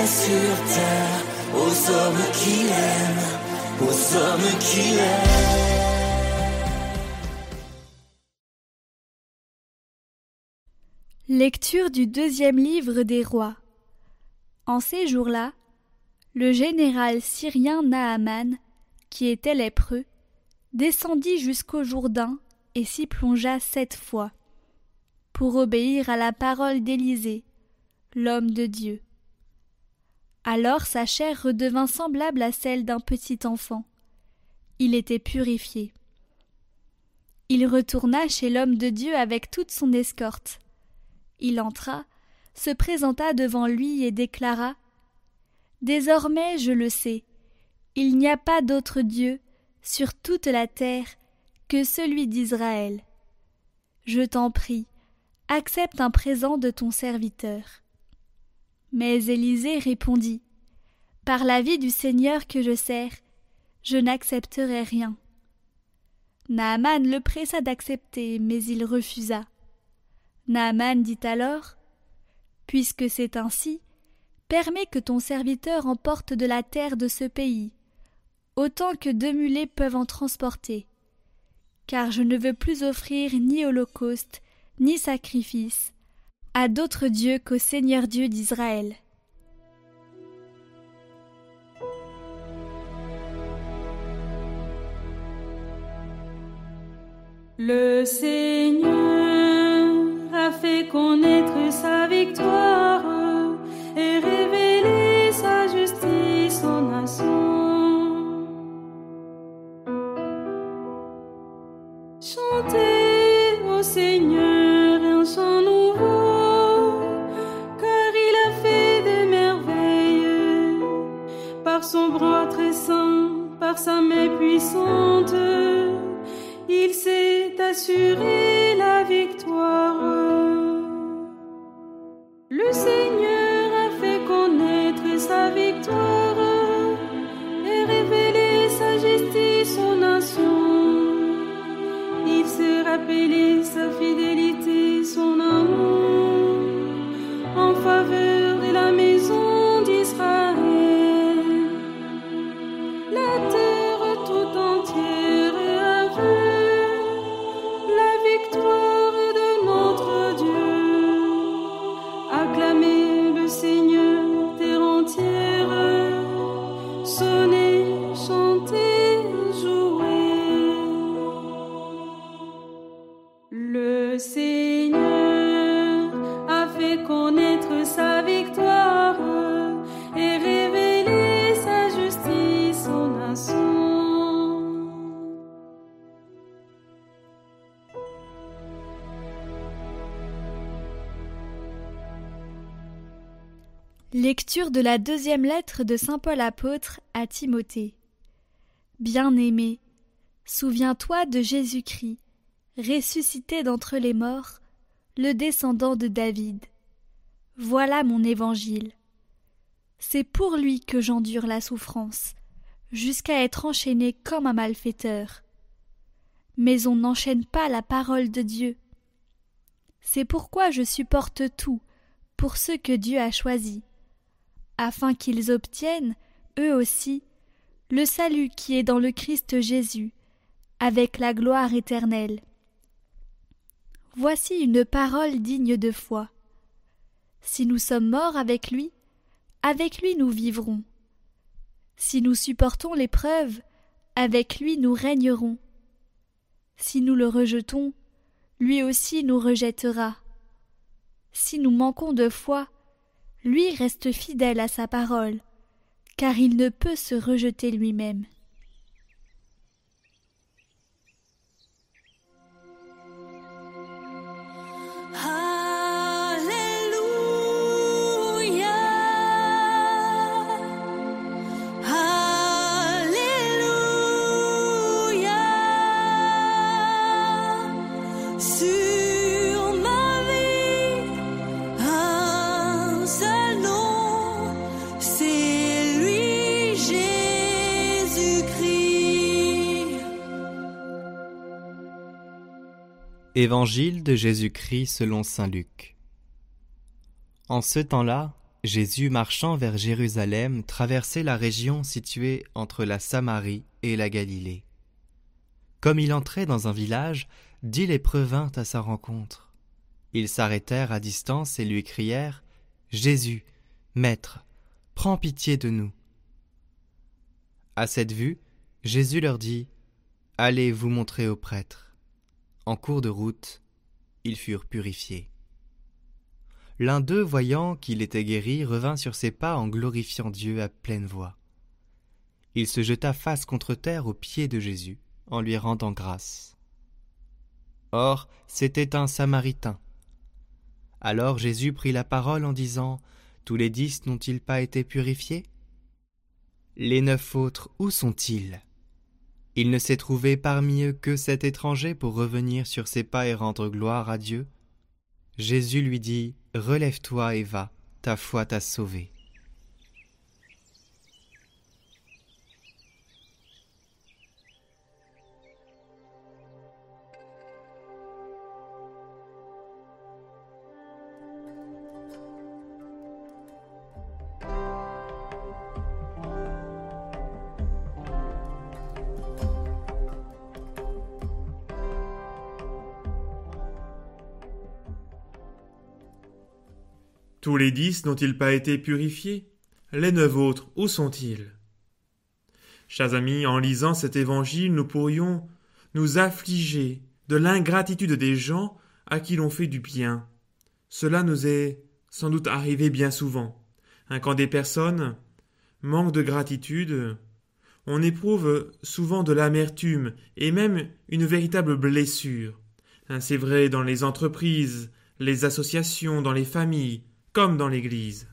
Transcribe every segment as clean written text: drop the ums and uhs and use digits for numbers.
paix sur terre aux hommes qui l'aiment, aux hommes qui l'aiment. Lecture du 2e livre des rois. En ces jours-là, le général syrien Naaman, qui était lépreux, descendit jusqu'au Jourdain et s'y plongea 7 fois, pour obéir à la parole d'Élisée, l'homme de Dieu. Alors sa chair redevint semblable à celle d'un petit enfant. Il était purifié. Il retourna chez l'homme de Dieu avec toute son escorte. Il entra, se présenta devant lui et déclara : « Désormais je le sais, il n'y a pas d'autre Dieu sur toute la terre que celui d'Israël. Je t'en prie, accepte un présent de ton serviteur. » Mais Élisée répondit : « Par la vie du Seigneur que je sers, je n'accepterai rien. » Naaman le pressa d'accepter, mais il refusa. Naaman dit alors : « Puisque c'est ainsi, permets que ton serviteur emporte de la terre de ce pays, autant que 2 mulets peuvent en transporter, car je ne veux plus offrir ni holocauste, ni sacrifice, à d'autres dieux qu'au Seigneur Dieu d'Israël. » Le Seigneur a fait connaître sa victoire et révélé sa justice aux nations. Chantez au Seigneur un chant nouveau, car il a fait des merveilles. Par son bras très saint, par sa main puissante, il s'est assuré la victoire. Le Seigneur a fait connaître sa victoire et révélé sa justice aux nations. Il s'est rappelé sa fidélité, son amour en faveur de la maison d'Israël. La terre tout entière a vu de notre Dieu. Acclamez le Seigneur, terre entière, sonnez, chantez, jouez. Le Seigneur a fait connaître sa victoire et révélé sa justice aux nations. Lecture de la 2e lettre de saint Paul apôtre à Timothée. Bien-aimé, souviens-toi de Jésus-Christ, ressuscité d'entre les morts, le descendant de David. Voilà mon évangile. C'est pour lui que j'endure la souffrance, jusqu'à être enchaîné comme un malfaiteur. Mais on n'enchaîne pas la parole de Dieu. C'est pourquoi je supporte tout pour ceux que Dieu a choisis, afin qu'ils obtiennent, eux aussi, le salut qui est dans le Christ Jésus, avec la gloire éternelle. Voici une parole digne de foi. Si nous sommes morts avec lui nous vivrons. Si nous supportons l'épreuve, avec lui nous régnerons. Si nous le rejetons, lui aussi nous rejettera. Si nous manquons de foi, lui reste fidèle à sa parole, car il ne peut se rejeter lui-même. Évangile de Jésus-Christ selon saint Luc. En ce temps-là, Jésus, marchant vers Jérusalem, traversait la région située entre la Samarie et la Galilée. Comme il entrait dans un village, 10 lépreux vinrent à sa rencontre. Ils s'arrêtèrent à distance et lui crièrent « Jésus, Maître, prends pitié de nous !» À cette vue, Jésus leur dit « Allez vous montrer au prêtre. » En cours de route, ils furent purifiés. L'un d'eux, voyant qu'il était guéri, revint sur ses pas en glorifiant Dieu à pleine voix. Il se jeta face contre terre aux pieds de Jésus, en lui rendant grâce. Or, c'était un Samaritain. Alors Jésus prit la parole en disant « Tous les 10 n'ont-ils pas été purifiés ? Les 9 autres, où sont-ils ? Il ne s'est trouvé parmi eux que cet étranger pour revenir sur ses pas et rendre gloire à Dieu. » Jésus lui dit « Relève-toi et va, ta foi t'a sauvé. » Tous les 10 n'ont-ils pas été purifiés ? Les 9 autres, où sont-ils ? Chers amis, en lisant cet évangile, nous pourrions nous affliger de l'ingratitude des gens à qui l'on fait du bien. Cela nous est sans doute arrivé bien souvent. Quand des personnes manquent de gratitude, on éprouve souvent de l'amertume et même une véritable blessure. C'est vrai dans les entreprises, les associations, dans les familles, comme dans l'Église.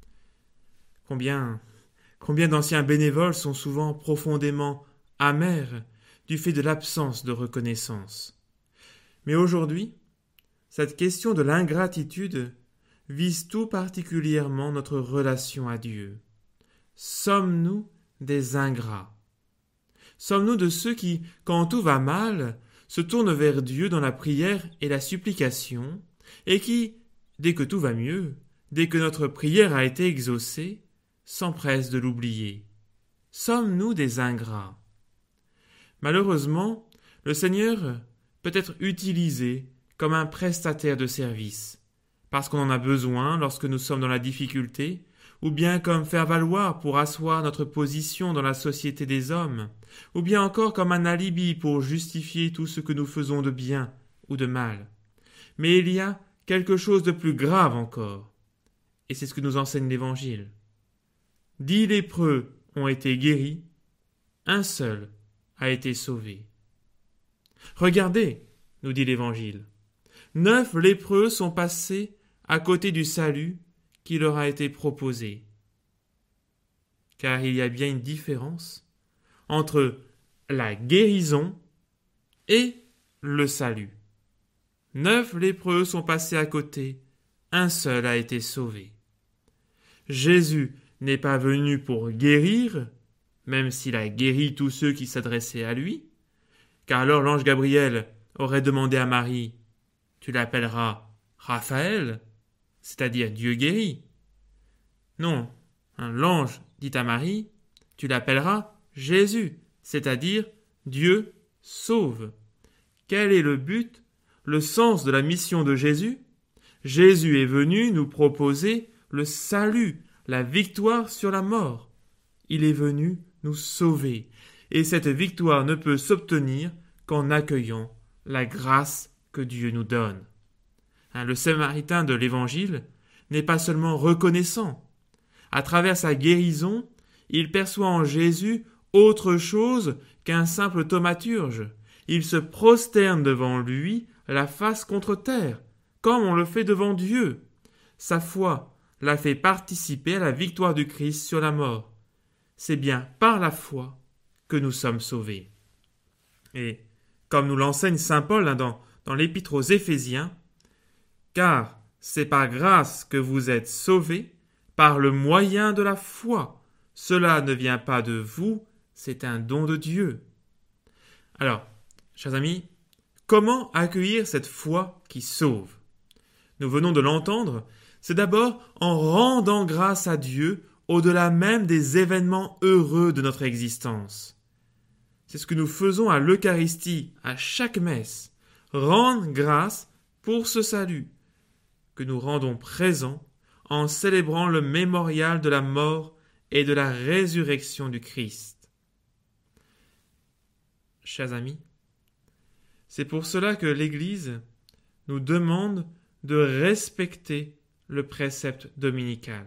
Combien d'anciens bénévoles sont souvent profondément amers du fait de l'absence de reconnaissance. Mais aujourd'hui, cette question de l'ingratitude vise tout particulièrement notre relation à Dieu. Sommes-nous des ingrats ? Sommes-nous de ceux qui, quand tout va mal, se tournent vers Dieu dans la prière et la supplication, et qui, dès que tout va mieux, dès que notre prière a été exaucée, s'empressent de l'oublier. Sommes-nous des ingrats ? Malheureusement, le Seigneur peut être utilisé comme un prestataire de service, parce qu'on en a besoin lorsque nous sommes dans la difficulté, ou bien comme faire valoir pour asseoir notre position dans la société des hommes, ou bien encore comme un alibi pour justifier tout ce que nous faisons de bien ou de mal. Mais il y a quelque chose de plus grave encore. Et c'est ce que nous enseigne l'Évangile. 10 lépreux ont été guéris, un seul a été sauvé. Regardez, nous dit l'Évangile, 9 lépreux sont passés à côté du salut qui leur a été proposé. Car il y a bien une différence entre la guérison et le salut. 9 lépreux sont passés à côté, un seul a été sauvé. Jésus n'est pas venu pour guérir, même s'il a guéri tous ceux qui s'adressaient à lui, car alors l'ange Gabriel aurait demandé à Marie « Tu l'appelleras Raphaël », c'est-à-dire Dieu guérit. Non, l'ange dit à Marie « Tu l'appelleras Jésus », c'est-à-dire Dieu sauve. Quel est le but, le sens de la mission de Jésus ? Jésus est venu nous proposer le salut, la victoire sur la mort. Il est venu nous sauver. Et cette victoire ne peut s'obtenir qu'en accueillant la grâce que Dieu nous donne. Le Samaritain de l'Évangile n'est pas seulement reconnaissant. À travers sa guérison, il perçoit en Jésus autre chose qu'un simple thaumaturge. Il se prosterne devant lui, la face contre terre, comme on le fait devant Dieu. Sa foi l'a fait participer à la victoire du Christ sur la mort. C'est bien par la foi que nous sommes sauvés. Et comme nous l'enseigne saint Paul dans l'épître aux Éphésiens, car c'est par grâce que vous êtes sauvés, par le moyen de la foi. Cela ne vient pas de vous, c'est un don de Dieu. Alors, chers amis, comment accueillir cette foi qui sauve ? Nous venons de l'entendre, c'est d'abord en rendant grâce à Dieu au-delà même des événements heureux de notre existence. C'est ce que nous faisons à l'Eucharistie, à chaque messe, rendre grâce pour ce salut, que nous rendons présent en célébrant le mémorial de la mort et de la résurrection du Christ. Chers amis, c'est pour cela que l'Église nous demande de respecter le précepte dominical.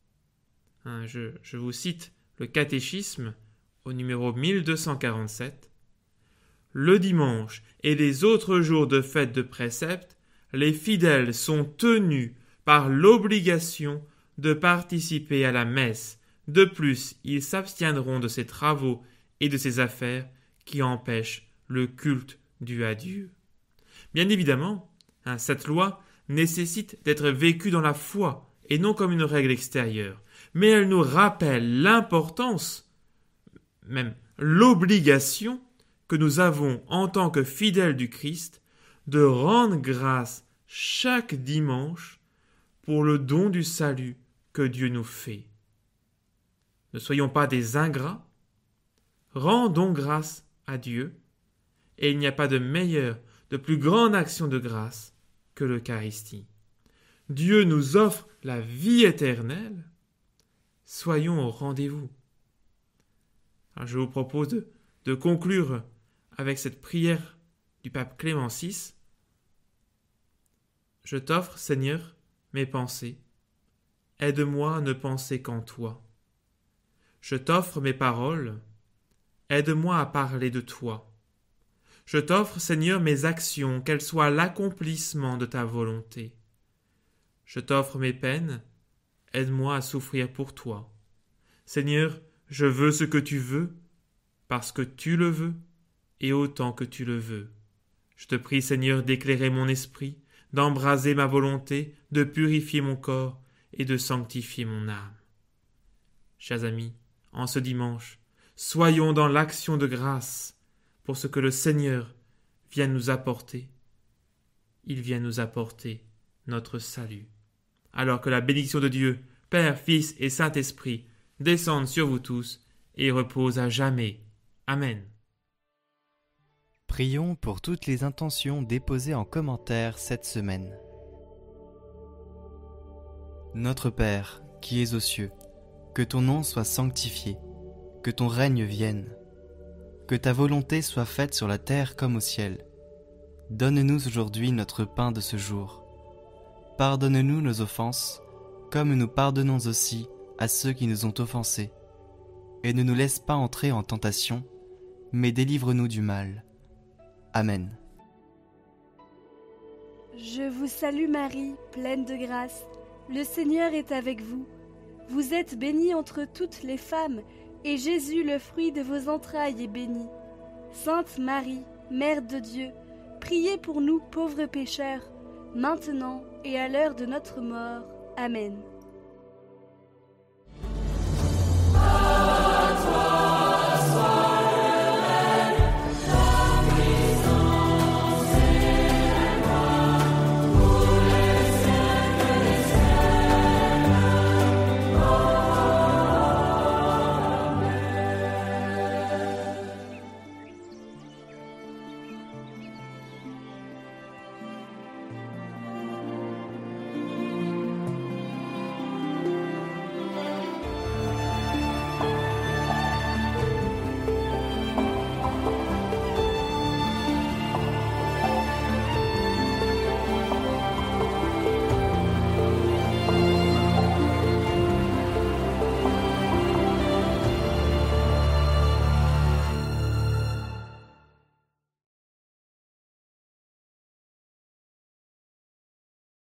Je vous cite le catéchisme au numéro 1247. Le dimanche et les autres jours de fête de précepte, les fidèles sont tenus par l'obligation de participer à la messe. De plus, ils s'abstiendront de ces travaux et de ces affaires qui empêchent le culte dû à Dieu. Bien évidemment, cette loi nécessite d'être vécue dans la foi et non comme une règle extérieure, mais elle nous rappelle l'importance, même l'obligation que nous avons en tant que fidèles du Christ de rendre grâce chaque dimanche pour le don du salut que Dieu nous fait. Ne soyons pas des ingrats, rendons grâce à Dieu, et il n'y a pas de meilleure, de plus grande action de grâce que l'Eucharistie. Dieu nous offre la vie éternelle, soyons au rendez-vous. Alors je vous propose de conclure avec cette prière du pape Clément VI. Je t'offre, Seigneur, mes pensées. Aide-moi à ne penser qu'en toi. Je t'offre mes paroles. Aide-moi à parler de toi. Je t'offre, Seigneur, mes actions, qu'elles soient l'accomplissement de ta volonté. Je t'offre mes peines. Aide-moi à souffrir pour toi. Seigneur, je veux ce que tu veux, parce que tu le veux, et autant que tu le veux. Je te prie, Seigneur, d'éclairer mon esprit, d'embraser ma volonté, de purifier mon corps et de sanctifier mon âme. Chers amis, en ce dimanche, soyons dans l'action de grâce pour ce que le Seigneur vient nous apporter. Il vient nous apporter notre salut. Alors que la bénédiction de Dieu, Père, Fils et Saint-Esprit, descende sur vous tous et repose à jamais. Amen. Prions pour toutes les intentions déposées en commentaire cette semaine. Notre Père, qui es aux cieux, que ton nom soit sanctifié, que ton règne vienne, que ta volonté soit faite sur la terre comme au ciel. Donne-nous aujourd'hui notre pain de ce jour. Pardonne-nous nos offenses, comme nous pardonnons aussi à ceux qui nous ont offensés. Et ne nous laisse pas entrer en tentation, mais délivre-nous du mal. Amen. Je vous salue Marie, pleine de grâce. Le Seigneur est avec vous. Vous êtes bénie entre toutes les femmes, et Jésus, le fruit de vos entrailles, est béni. Sainte Marie, Mère de Dieu, priez pour nous pauvres pécheurs, maintenant et à l'heure de notre mort. Amen.